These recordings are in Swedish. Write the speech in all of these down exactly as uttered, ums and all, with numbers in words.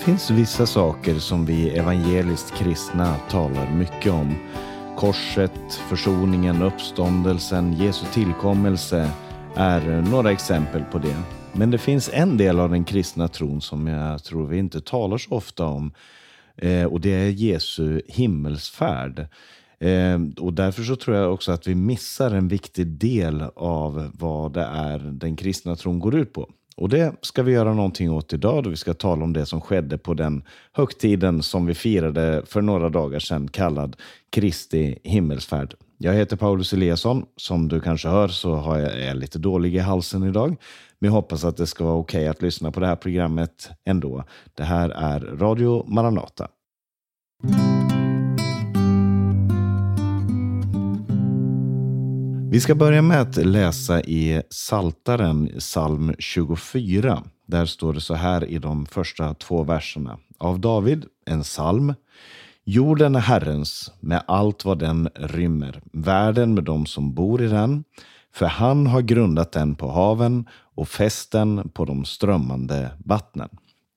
finns vissa saker som vi evangeliskt kristna talar mycket om. Korset, försoningen, uppståndelsen, Jesu tillkommelse är några exempel på det. Men det finns en del av den kristna tron som jag tror vi inte talar så ofta om. Eh, och det är Jesu himmelsfärd. Eh, och därför så tror jag också att vi missar en viktig del av vad det är den kristna tron går ut på. Och det ska vi göra någonting åt idag, då vi ska tala om det som skedde på den högtiden som vi firade för några dagar sedan, kallad Kristi himmelsfärd. Jag heter Paulus Eliasson. Som du kanske hör så har jag, är lite dålig i halsen idag. Men jag hoppas att det ska vara okej att lyssna på det här programmet ändå. Det här är Radio Maranata. Vi ska börja med att läsa i Psaltaren, psalm tjugofyra. Där står det så här i de första två verserna. Av David, en psalm. Jorden är Herrens med allt vad den rymmer. Världen med dem som bor i den. För han har grundat den på haven och fäst den på de strömmande vattnen.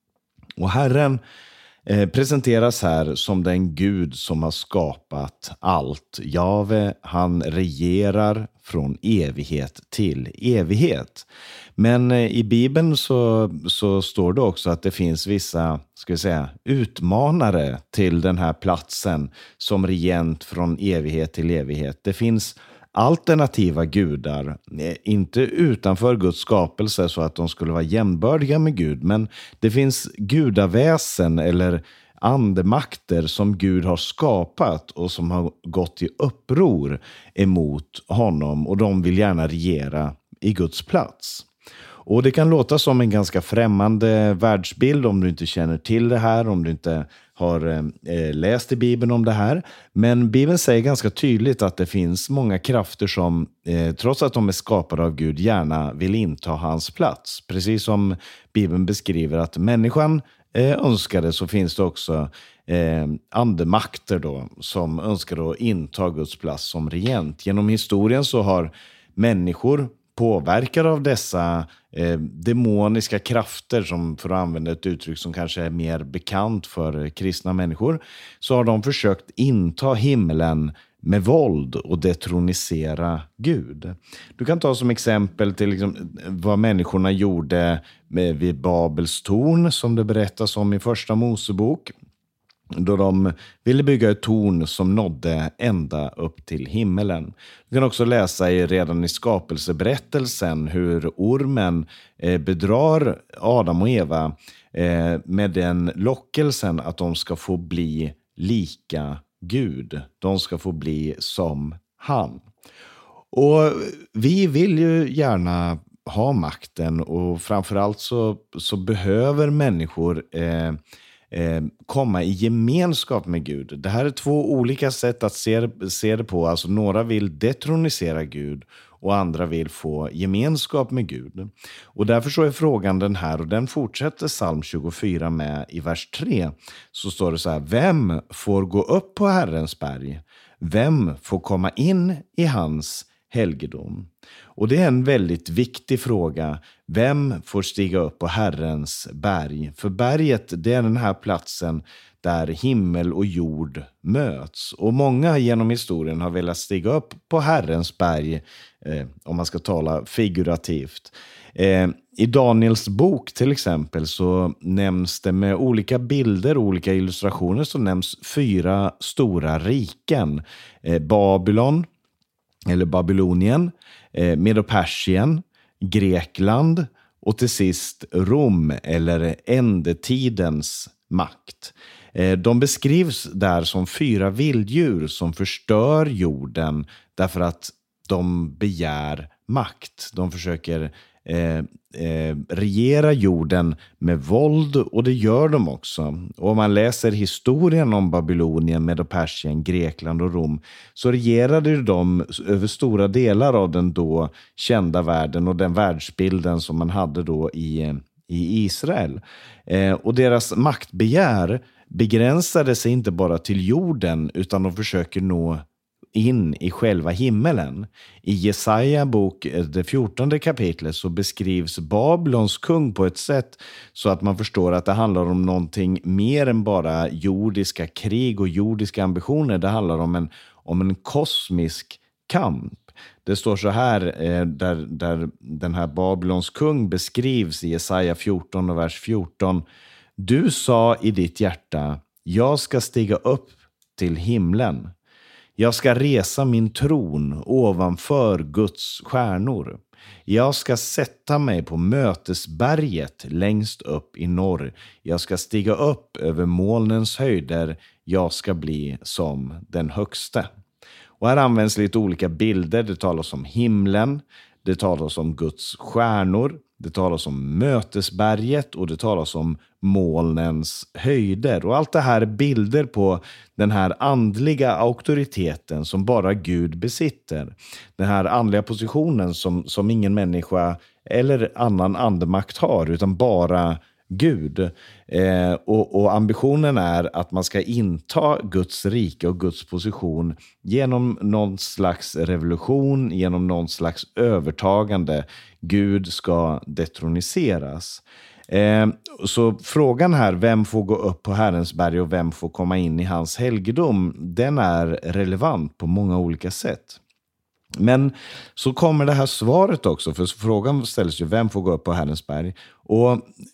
Och Herren eh, presenteras här som den Gud som har skapat allt. Jave, han regerar från evighet till evighet. Men eh, i Bibeln så, så står det också att det finns vissa, ska vi säga, utmanare till den här platsen som regent från evighet till evighet. Det finns alternativa gudar, inte utanför Guds skapelse så att de skulle vara jämnbördiga med Gud, men det finns gudaväsen eller andemakter som Gud har skapat och som har gått i uppror emot honom, och de vill gärna regera i Guds plats. Och det kan låta som en ganska främmande världsbild om du inte känner till det här, om du inte har eh, läst i Bibeln om det här. Men Bibeln säger ganska tydligt att det finns många krafter som, eh, trots att de är skapade av Gud, gärna vill inta hans plats. Precis som Bibeln beskriver att människan eh, önskade, så finns det också eh, andemakter då, som önskar att inta Guds plats som regent. Genom historien så har människor påverkade av dessa eh, demoniska krafter, som för att använda ett uttryck som kanske är mer bekant för kristna människor, så har de försökt inta himlen med våld och detronisera Gud. Du kan ta som exempel till liksom, vad människorna gjorde med, vid Babels torn, som det berättas om i första Mosebok. Då de ville bygga ett torn som nådde ända upp till himmelen. Du kan också läsa i, redan i skapelseberättelsen hur ormen eh, bedrar Adam och Eva eh, med den lockelsen att de ska få bli lika Gud. De ska få bli som han. Och vi vill ju gärna ha makten, och framförallt så, så behöver människor eh, Eh, komma i gemenskap med Gud. Det här är två olika sätt att se, se det på. Alltså några vill detronisera Gud och andra vill få gemenskap med Gud. Och därför så är frågan den här, och den fortsätter psalm tjugofyra med i vers tre. Så står det så här: vem får gå upp på Herrens berg? Vem får komma in i hans helgedom? Och det är en väldigt viktig fråga. Vem får stiga upp på Herrens berg? För berget, det är den här platsen där himmel och jord möts. Och många genom historien har velat stiga upp på Herrens berg, eh, om man ska tala figurativt. Eh, I Daniels bok till exempel så nämns det med olika bilder och olika illustrationer, så nämns fyra stora riken. Eh, Babylon, eller Babylonien, eh, Medo-Persien, Grekland och till sist Rom, eller ändetidens makt. Eh, de beskrivs där som fyra vilddjur som förstör jorden därför att de begär makt. De försöker eh, eh, regera jorden med våld, och det gör de också. Och om man läser historien om Babylonien, Medo-Persien, Grekland och Rom, så regerade de över stora delar av den då kända världen och den världsbilden som man hade då i, i Israel. Eh, och deras maktbegär begränsade sig inte bara till jorden, utan de försöker nå in i själva himmelen. I Jesaja bok, det fjortonde kapitlet, så beskrivs Babylons kung på ett sätt så att man förstår att det handlar om någonting mer än bara jordiska krig och jordiska ambitioner. Det handlar om en, om en kosmisk kamp. Det står så här, där, där den här Babylons kung beskrivs i Jesaja fjorton och vers fjorton. Du sa i ditt hjärta, jag ska stiga upp till himlen. Jag ska resa min tron ovanför Guds stjärnor. Jag ska sätta mig på mötesberget längst upp i norr. Jag ska stiga upp över molnens höjder. Jag ska bli som den högste. Och här används lite olika bilder. Det talas om himlen, det talas om Guds stjärnor, det talas om mötesberget och det talas om molnens höjder. Och allt det här är bilder på den här andliga auktoriteten som bara Gud besitter. Den här andliga positionen som, som ingen människa eller annan andemakt har, utan bara Gud. Eh, och, och ambitionen är att man ska inta Guds rike och Guds position genom någon slags revolution, genom någon slags övertagande. Gud ska detroniseras. Eh, så frågan här, vem får gå upp på Herrens berg och vem får komma in i hans helgedom, den är relevant på många olika sätt. Men så kommer det här svaret också, för frågan ställs ju, vem får gå upp på Herrens berg? Och,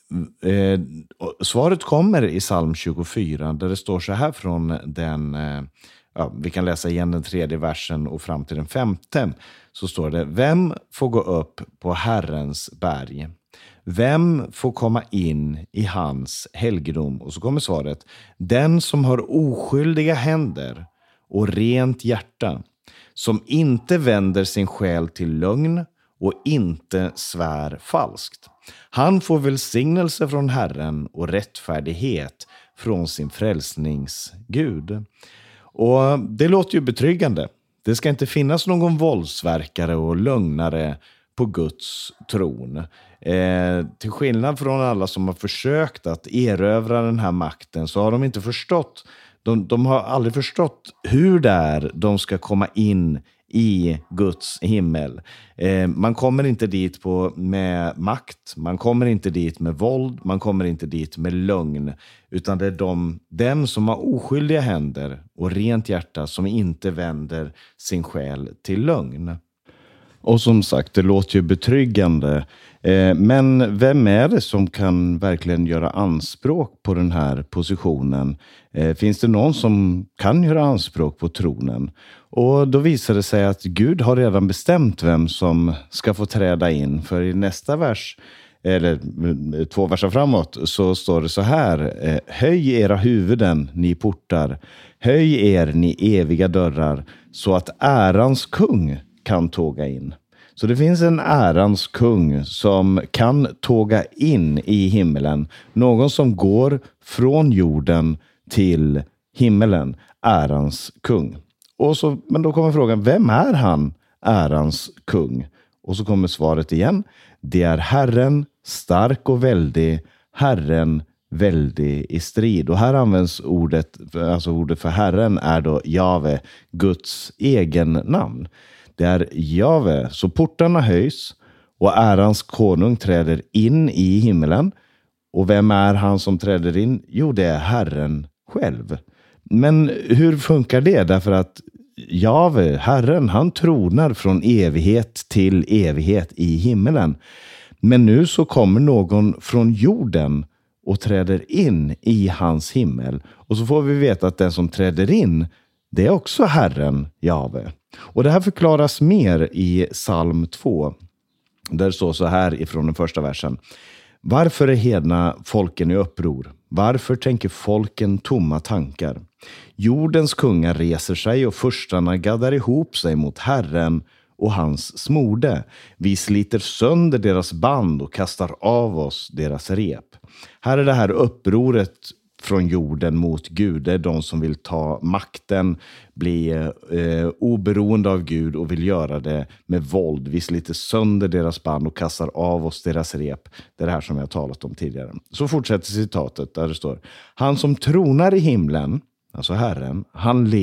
eh, och svaret kommer i psalm tjugofyra, där det står så här från den, eh, ja, vi kan läsa igen den tredje versen och fram till den femte, så står det, vem får gå upp på Herrens berg? Vem får komma in i hans helgedom? Och så kommer svaret, den som har oskyldiga händer och rent hjärta, som inte vänder sin själ till lögn och inte svär falskt. Han får välsignelse från Herren och rättfärdighet från sin frälsningsgud. Och det låter ju betryggande. Det ska inte finnas någon våldsverkare och lögnare på Guds tron. Eh, till skillnad från alla som har försökt att erövra den här makten, så har de inte förstått De, de har aldrig förstått hur det är de ska komma in i Guds himmel. Eh, man kommer inte dit på, med makt, man kommer inte dit med våld, man kommer inte dit med lögn. Utan det är de, dem som har oskyldiga händer och rent hjärta som inte vänder sin själ till lögn. Och som sagt, det låter ju betryggande. Eh, men vem är det som kan verkligen göra anspråk på den här positionen? Eh, finns det någon som kan göra anspråk på tronen? Och då visar det sig att Gud har redan bestämt vem som ska få träda in. För i nästa vers, eller två verser framåt, så står det så här. Eh, höj era huvuden, ni portar. Höj er, ni eviga dörrar, så att ärans kung kan tåga in. Så det finns en ärans kung som kan tåga in i himmelen. Någon som går från jorden till himmelen. Ärans kung. Och så, men då kommer frågan, vem är han, ärans kung? Och så kommer svaret igen. Det är Herren, stark och väldig. Herren, väldig i strid. Och här används ordet, alltså ordet för Herren är då Jave, Guds egen namn. Det är Jave, så portarna höjs och ärans konung träder in i himmelen. Och vem är han som träder in? Jo, det är Herren själv. Men hur funkar det? Därför att Jave, Herren, han tronar från evighet till evighet i himmelen. Men nu så kommer någon från jorden och träder in i hans himmel. Och så får vi veta att den som träder in, det är också Herren, Jave. Och det här förklaras mer i psalm två. Där det står så här ifrån den första versen. Varför är hedna folken i uppror? Varför tänker folken tomma tankar? Jordens kungar reser sig och furstarna gaddar ihop sig mot Herren och hans smorde. Vi sliter sönder deras band och kastar av oss deras rep. Här är det här upproret från jorden mot Gud. Det är de som vill ta makten, bli eh, oberoende av Gud och vill göra det med våld. Vi sliter sönder deras band och kastar av oss deras rep. Det är det här som jag har talat om tidigare. Så fortsätter citatet där det står. Han som tronar i himlen, alltså Herren, han ler.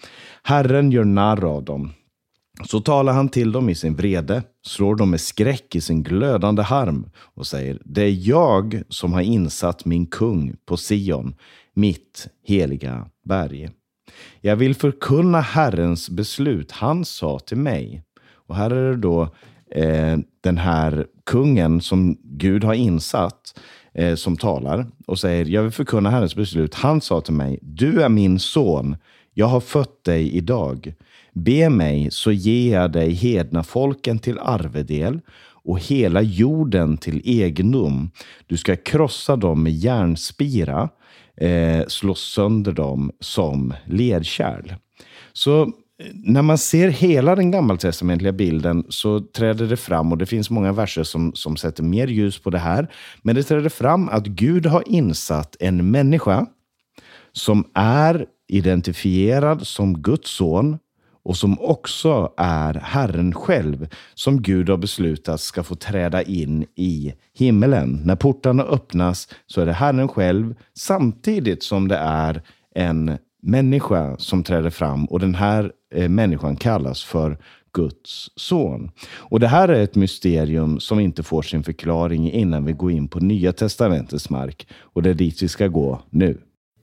Herren gör narr av dem. Så talar han till dem i sin vrede, slår dem med skräck i sin glödande harm och säger: det är jag som har insatt min kung på Sion, mitt heliga berg. Jag vill förkunna Herrens beslut, han sa till mig. Och här är det då eh, den här kungen som Gud har insatt eh, som talar och säger: jag vill förkunna Herrens beslut, han sa till mig: du är min son, jag har fött dig idag. Be mig, så ger jag dig hedna folken till arvedel och hela jorden till egendom. Du ska krossa dem med järnspira, eh, slå sönder dem som lerkärl. Så när man ser hela den gammaltestamentliga bilden så träder det fram, och det finns många verser som, som sätter mer ljus på det här, men det träder fram att Gud har insatt en människa som är identifierad som Guds son och som också är Herren själv, som Gud har beslutat ska få träda in i himmelen. När portarna öppnas så är det Herren själv, samtidigt som det är en människa som träder fram, och den här eh, människan kallas för Guds son. Och det här är ett mysterium som inte får sin förklaring innan vi går in på Nya testamentets mark, och det är dit vi ska gå nu.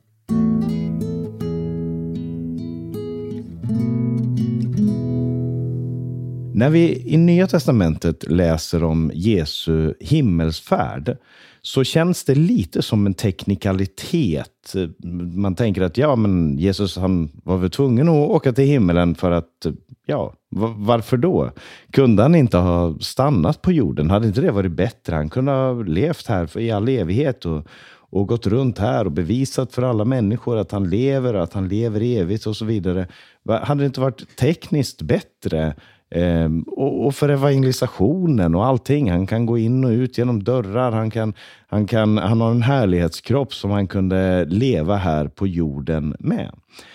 När vi i Nya testamentet läser om Jesu himmelsfärd så känns det lite som en teknikalitet. Man tänker att ja, men Jesus han var väl tvungen att åka till himmelen för att, ja, varför då? Kunde han inte ha stannat på jorden? Hade inte det varit bättre? Han kunde ha levt här för i all evighet och, och gått runt här och bevisat för alla människor att han lever, att han lever evigt och så vidare. Hade det inte varit tekniskt bättre? Um, och, och för evangelisationen och allting. Han kan gå in och ut genom dörrar. Han, kan, han, kan, han har en härlighetskropp som han kunde leva här på jorden med.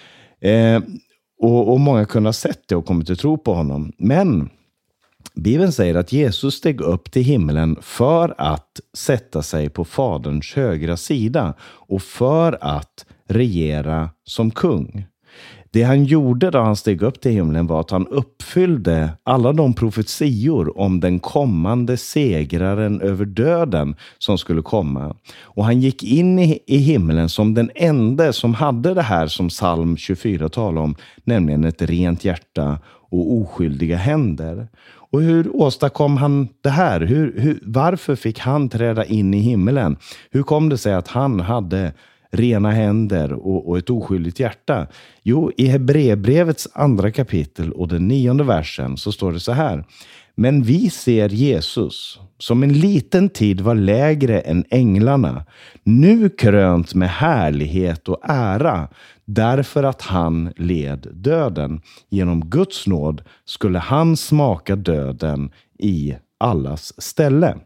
Uh, och, och många kunde ha sett det och kommit till tro på honom. Men Bibeln säger att Jesus steg upp till himlen för att sätta sig på faderns högra sida och för att regera som kung. Det han gjorde då han steg upp till himlen var att han uppfyllde alla de profetior om den kommande segraren över döden som skulle komma. Och han gick in i, i himlen som den enda som hade det här som psalm tjugofyra talar om, nämligen ett rent hjärta och oskyldiga händer. Och hur åstadkom han det här? Hur, hur, varför fick han träda in i himlen? Hur kom det sig att han hade rena händer och, och ett oskyldigt hjärta? Jo, i Hebreerbrevets andra kapitel och den nionde versen så står det så här: men vi ser Jesus, som en liten tid var lägre än änglarna, nu krönt med härlighet och ära, därför att han led döden. Genom Guds nåd skulle han smaka döden i allas ställe.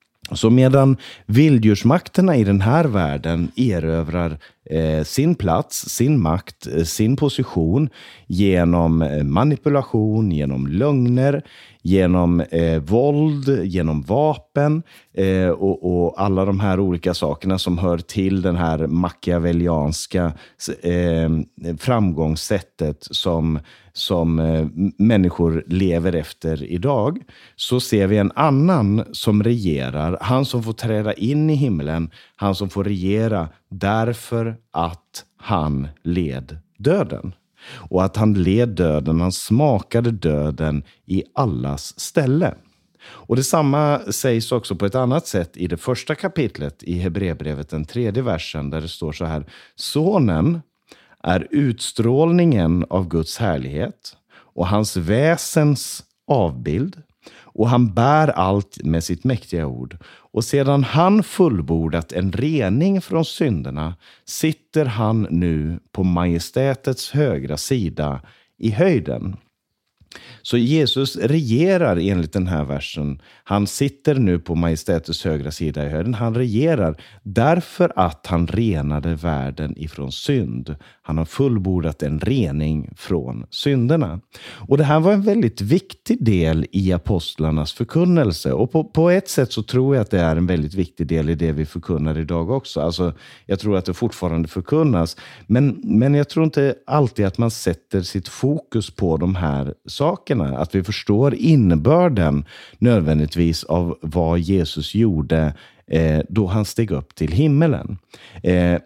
Så medan vilddjursmakterna i den här världen erövrar eh, sin plats, sin makt, eh, sin position genom eh, manipulation, genom lögner, genom eh, våld, genom vapen eh, och, och alla de här olika sakerna som hör till den här machiavellianska eh, framgångssättet som, som eh, människor lever efter idag, så ser vi en annan som regerar, han som får träda in i himlen, han som får regera därför att han led döden. Och att han led döden, han smakade döden i allas ställe. Och detsamma sägs också på ett annat sätt i det första kapitlet i Hebreerbrevet, den tredje versen, där det står så här: sonen är utstrålningen av Guds härlighet och hans väsens avbild, och han bär allt med sitt mäktiga ord. Och sedan han fullbordat en rening från synderna sitter han nu på majestätets högra sida i höjden. Så Jesus regerar enligt den här versen. Han sitter nu på majestätets högra sida i höjden. Han regerar därför att han renade världen ifrån synd. Han har fullbordat en rening från synderna. Och det här var en väldigt viktig del i apostlarnas förkunnelse. Och på, på ett sätt så tror jag att det är en väldigt viktig del i det vi förkunnar idag också. Alltså, jag tror att det fortfarande förkunnas. Men, men jag tror inte alltid att man sätter sitt fokus på de här sakerna. Att vi förstår innebörden nödvändigtvis av vad Jesus gjorde eh, då han steg upp till himmelen. Eh,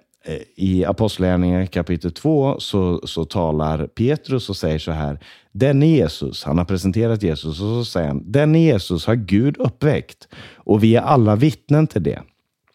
I Apostlagärningarna kapitel två så, så talar Petrus och säger så här: den Jesus, han har presenterat Jesus och så säger han: den Jesus har Gud uppväckt och vi är alla vittnen till det.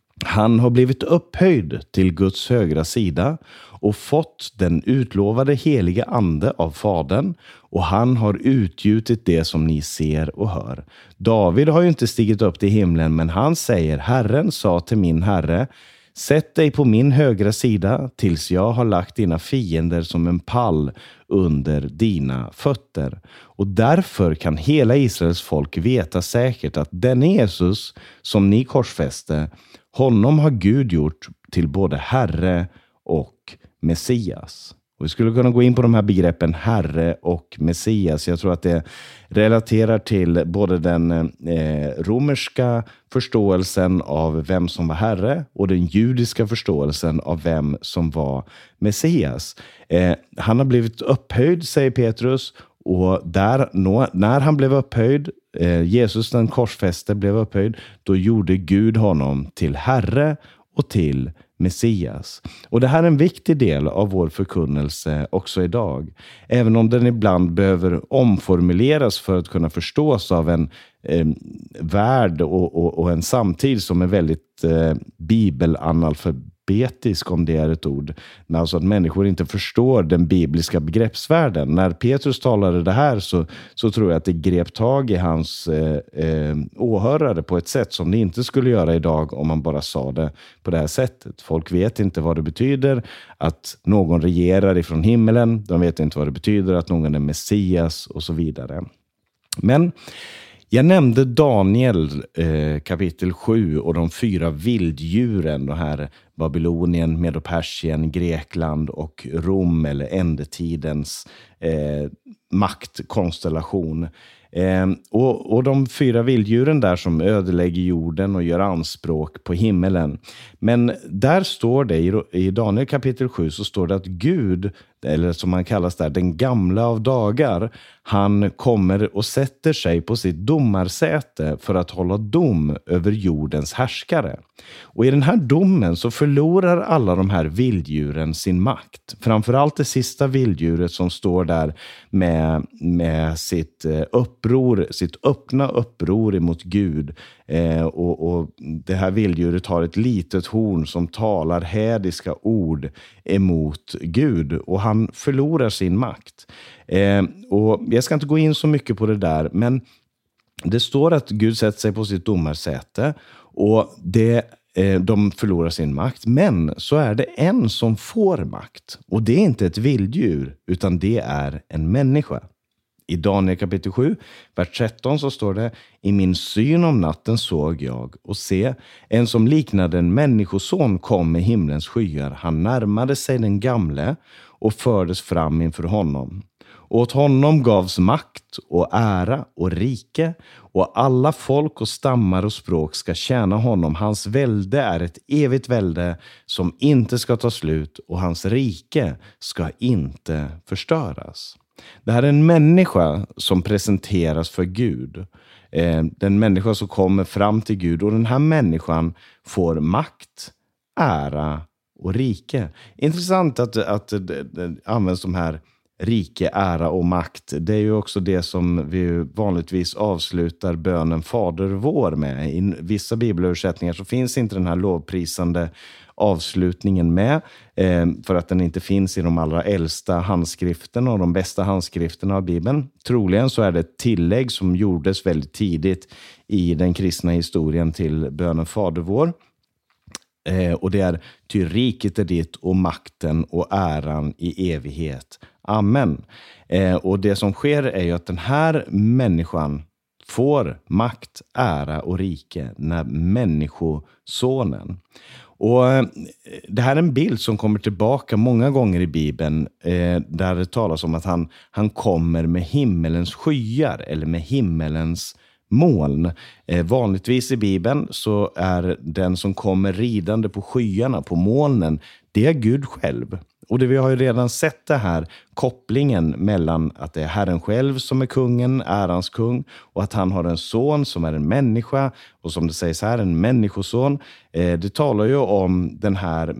Han har blivit upphöjd till Guds högra sida och fått den utlovade heliga ande av Fadern, och han har utgjutit det som ni ser och hör. David har ju inte stigit upp till himlen, men han säger: Herren sa till min herre, sätt dig på min högra sida tills jag har lagt dina fiender som en pall under dina fötter. Och därför kan hela Israels folk veta säkert att den Jesus som ni korsfäste, honom har Gud gjort till både Herre och Messias. Och vi skulle kunna gå in på de här begreppen Herre och Messias. Jag tror att det relaterar till både den eh, romerska förståelsen av vem som var Herre och den judiska förståelsen av vem som var Messias. Eh, han har blivit upphöjd, säger Petrus, och där, när han blev upphöjd, eh, Jesus den korsfäste blev upphöjd, då gjorde Gud honom till Herre och till Messias. Och det här är en viktig del av vår förkunnelse också idag. Även om den ibland behöver omformuleras för att kunna förstås av en eh, värld och, och, och en samtid som är väldigt eh, bibelanalfabetisk, om det är ett ord. Alltså att människor inte förstår den bibliska begreppsvärlden. När Petrus talade det här så, så tror jag att det grep tag i hans eh, eh, åhörare på ett sätt som det inte skulle göra idag om man bara sa det på det här sättet. Folk vet inte vad det betyder att någon regerar ifrån himmelen. De vet inte vad det betyder att någon är Messias och så vidare. Men jag nämnde Daniel eh, kapitel sju och de fyra vilddjuren, de här Babylonien, Medo-Persien, Grekland och Rom, eller ändetidens eh, maktkonstellation. Eh, och, och de fyra vilddjuren där som ödelägger jorden och gör anspråk på himmelen. Men där står det, i, i Daniel kapitel sju så står det att Gud, eller som man kallas där, den gamla av dagar, han kommer och sätter sig på sitt domarsäte för att hålla dom över jordens härskare. Och i den här domen så förlorar alla de här vilddjuren sin makt. Framförallt det sista vilddjuret som står där med, med sitt uppror, sitt öppna uppror emot Gud. Eh, och, och det här vilddjuret har ett litet horn som talar hädiska ord emot Gud, och han förlorar sin makt. Eh, och jag ska inte gå in så mycket på det där, men det står att Gud sätter sig på sitt domarsäte och det, eh, de förlorar sin makt. Men så är det en som får makt, och det är inte ett vilddjur utan det är en människa. I Daniel kapitel sju, vers tretton så står det: i min syn om natten såg jag och se, en som liknade en människoson kom med himlens skyar. Han närmade sig den gamle och fördes fram inför honom. Och åt honom gavs makt och ära och rike, och alla folk och stammar och språk ska tjäna honom. Hans välde är ett evigt välde som inte ska ta slut, och hans rike ska inte förstöras. Det här är en människa som presenteras för Gud. Eh, den människa som kommer fram till Gud, och den här människan får makt, ära och rike. Intressant att, att det, det används de här rike, ära och makt. Det är ju också det som vi vanligtvis avslutar bönen Fader vår med. I vissa bibelöversättningar så finns inte den här lovprisande avslutningen med, eh, för att den inte finns i de allra äldsta handskrifterna och de bästa handskrifterna av Bibeln. Troligen så är det ett tillägg som gjordes väldigt tidigt i den kristna historien till bönen Fader vår. Eh, och det är: ty riket är ditt och makten och äran i evighet. Amen. Eh, och det som sker är ju att den här människan får makt, ära och rike när människosonen. Och det här är en bild som kommer tillbaka många gånger i Bibeln eh, där det talas om att han, han kommer med himmelens skyar eller med himmelens moln. Eh, vanligtvis i Bibeln så är den som kommer ridande på skyarna, på molnen, det är Gud själv. Och det, vi har ju redan sett det här kopplingen mellan att det är Herren själv som är kungen, ärans kung, och att han har en son som är en människa och som det sägs här, en människoson. Eh, det talar ju om den här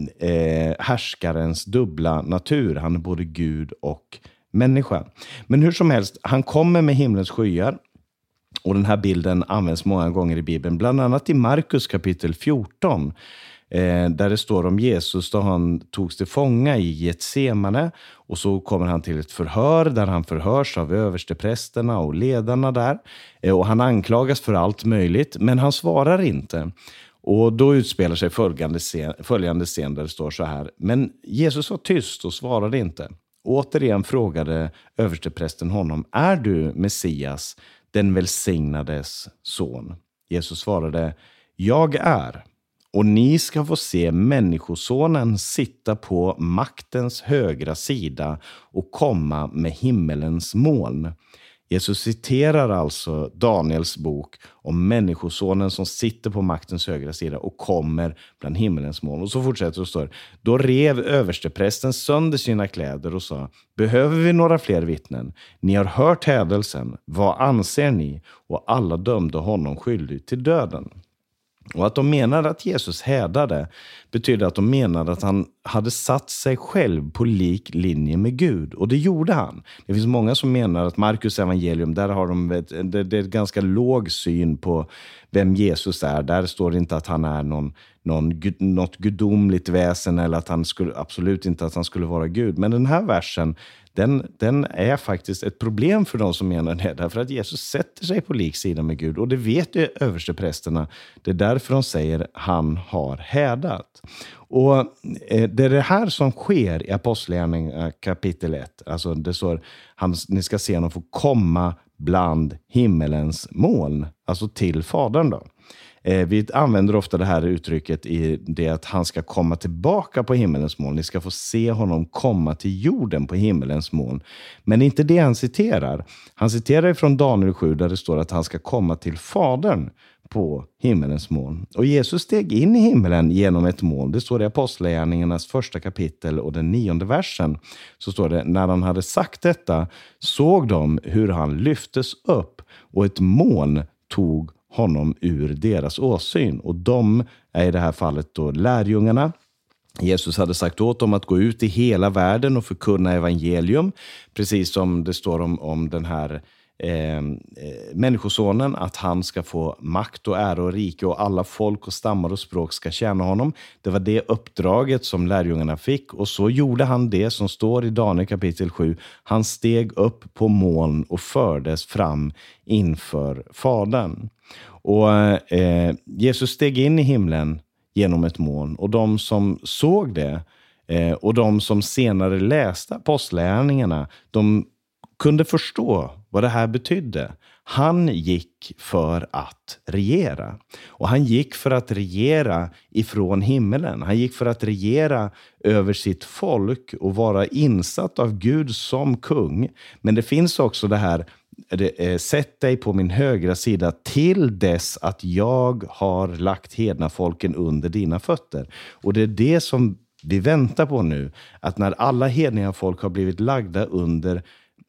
eh, härskarens dubbla natur. Han är både Gud och människa. Men hur som helst, han kommer med himlens skyar. Och den här bilden används många gånger i Bibeln, bland annat i Markus kapitel fjorton. Eh, där det står om Jesus då han togs till fånga i Getsemane, och så kommer han till ett förhör där han förhörs av översteprästerna och ledarna där. Eh, och han anklagas för allt möjligt, men han svarar inte. Och då utspelar sig följande scen, följande scen där det står så här: men Jesus var tyst och svarade inte. Återigen frågade översteprästen honom: är du Messias, den välsignades son? Jesus svarade: jag är. Och ni ska få se människosonen sitta på maktens högra sida och komma med himmelens moln. Jesus citerar alltså Daniels bok om människosonen som sitter på maktens högra sida och kommer bland himmelens moln. Och så fortsätter det stå: då rev översteprästen sönder sina kläder och sa: behöver vi några fler vittnen? Ni har hört hädelsen. Vad anser ni? Och alla dömde honom skyldig till döden. Och att de menar att Jesus hädade betyder att de menar att han hade satt sig själv på lik linje med Gud. Och det gjorde han. Det finns många som menar att Markus evangelium, där har de ett, det, det är ett ganska låg syn på vem Jesus är. Där står det inte att han är någon, någon, något gudomligt väsen, eller att han skulle, absolut inte att han skulle vara Gud. Men den här versen, Den, den är faktiskt ett problem för de som menar det. Därför att Jesus sätter sig på liksida med Gud. Och det vet ju översteprästerna. Det är därför de säger: han har hädat. Och eh, det är det här som sker i Apostlagärningarna kapitel ett. Alltså det står: han, ni ska se honom få komma bland himmelens moln. Alltså till Fadern då. Eh, vi använder ofta det här uttrycket i det att han ska komma tillbaka på himmelens moln. Ni ska få se honom komma till jorden på himmelens moln. Men det är inte det han citerar. Han citerar från Daniel sju där det står att han ska komma till Fadern på himmelens moln. Och Jesus steg in i himmelen genom ett moln. Det står i Apostlagärningarnas första kapitel och den nionde versen. Så står det: när han hade sagt detta såg de hur han lyftes upp och ett moln tog honom ur deras åsyn. Och de är i det här fallet då lärjungarna. Jesus hade sagt åt dem att gå ut i hela världen och förkunna evangelium. Precis som det står om, om den här eh, människosonen, att han ska få makt och ära och rike och alla folk och stammar och språk ska tjäna honom. Det var det uppdraget som lärjungarna fick, och så gjorde han det som står i Daniel kapitel sju. Han steg upp på moln och fördes fram inför Fadern. Och eh, Jesus steg in i himlen genom ett moln, och de som såg det eh, och de som senare läste apostlagärningarna, de kunde förstå vad det här betydde. Han gick för att regera. Och han gick för att regera ifrån himmelen. Han gick för att regera över sitt folk och vara insatt av Gud som kung. Men det finns också det här: sätt dig på min högra sida till dess att jag har lagt hedna folken under dina fötter. Och det är det som vi väntar på nu. Att när alla hedniga folk har blivit lagda under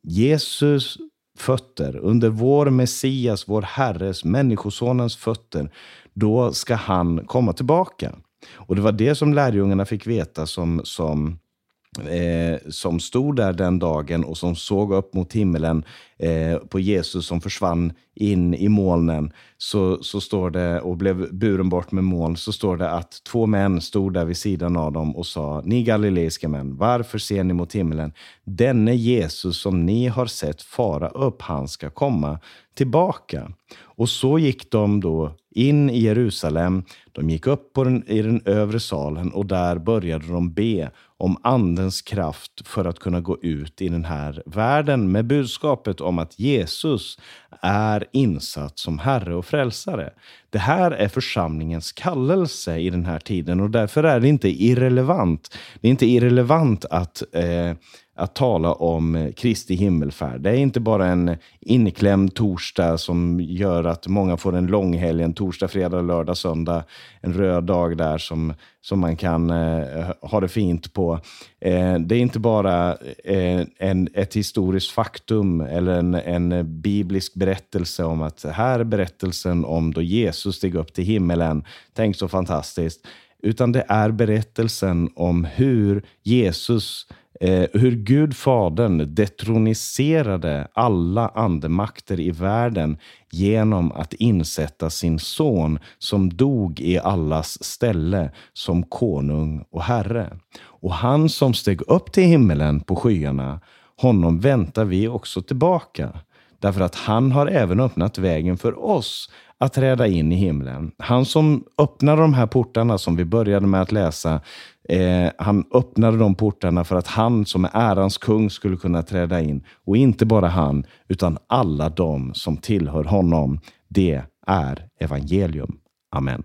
Jesus fötter, under vår Messias, vår Herres, människosonens fötter, då ska han komma tillbaka. Och det var det som lärjungarna fick veta som... som Eh, som stod där den dagen och som såg upp mot himmelen eh, på Jesus som försvann in i molnen. Så, så står det, och blev buren bort med moln, så står det att två män stod där vid sidan av dem och sa: ni galileiska män, varför ser ni mot himmelen? Denne Jesus som ni har sett fara upp, han ska komma tillbaka. Och så gick de då in i Jerusalem. De gick upp på den, i den övre salen och där började de be om andens kraft för att kunna gå ut i den här världen med budskapet om att Jesus är insatt som Herre och frälsare. Det här är församlingens kallelse i den här tiden och därför är det inte irrelevant. Det är inte irrelevant att... Eh, att tala om Kristi himmelfärd. Det är inte bara en inklämd torsdag som gör att många får en lång helg, en torsdag, fredag, lördag, söndag, en röd dag där som, som man kan eh, ha det fint på. Eh, det är inte bara eh, en, ett historiskt faktum eller en, en biblisk berättelse om att här är berättelsen om då Jesus steg upp till himmelen. Tänk så fantastiskt. Utan det är berättelsen om hur Jesus Eh, hur Gud fadern detroniserade alla andemakter i världen genom att insätta sin son som dog i allas ställe som konung och herre. Och han som steg upp till himmelen på skyarna, honom väntar vi också tillbaka. Därför att han har även öppnat vägen för oss att träda in i himlen. Han som öppnade de här portarna som vi började med att läsa, eh, han öppnade de portarna för att han som är ärans kung skulle kunna träda in. Och inte bara han, utan alla de som tillhör honom. Det är evangelium. Amen.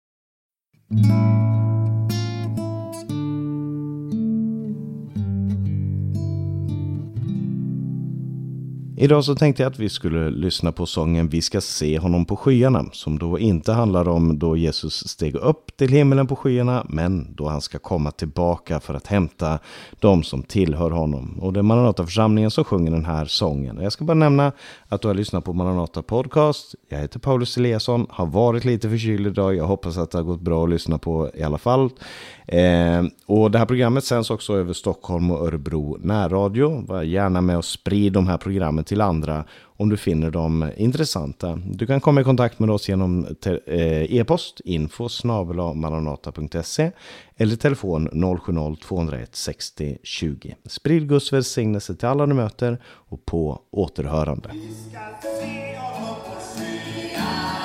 Idag så tänkte jag att vi skulle lyssna på sången Vi ska se honom på skyarna, som då inte handlar om då Jesus steg upp till himmelen på skyarna, men då han ska komma tillbaka för att hämta de som tillhör honom. Och det är Maranata-församlingen som sjunger den här sången. Och jag ska bara nämna att du har lyssnat på Maranata Podcast. Jag heter Paulus Eliasson, har varit lite förkyld idag. Jag hoppas att det har gått bra att lyssna på i alla fall. Eh, och det här programmet sänds också över Stockholm och Örebro närradio. Var gärna med och sprid de här programmen till andra om du finner dem intressanta. Du kan komma i kontakt med oss genom te- eh, e-post info snabel-a maranata punkt se eller telefon noll sju noll två noll ett sextio tjugo. Sprid Guds välsignelse till alla du möter och på återhörande. Vi ska se honom på skyan.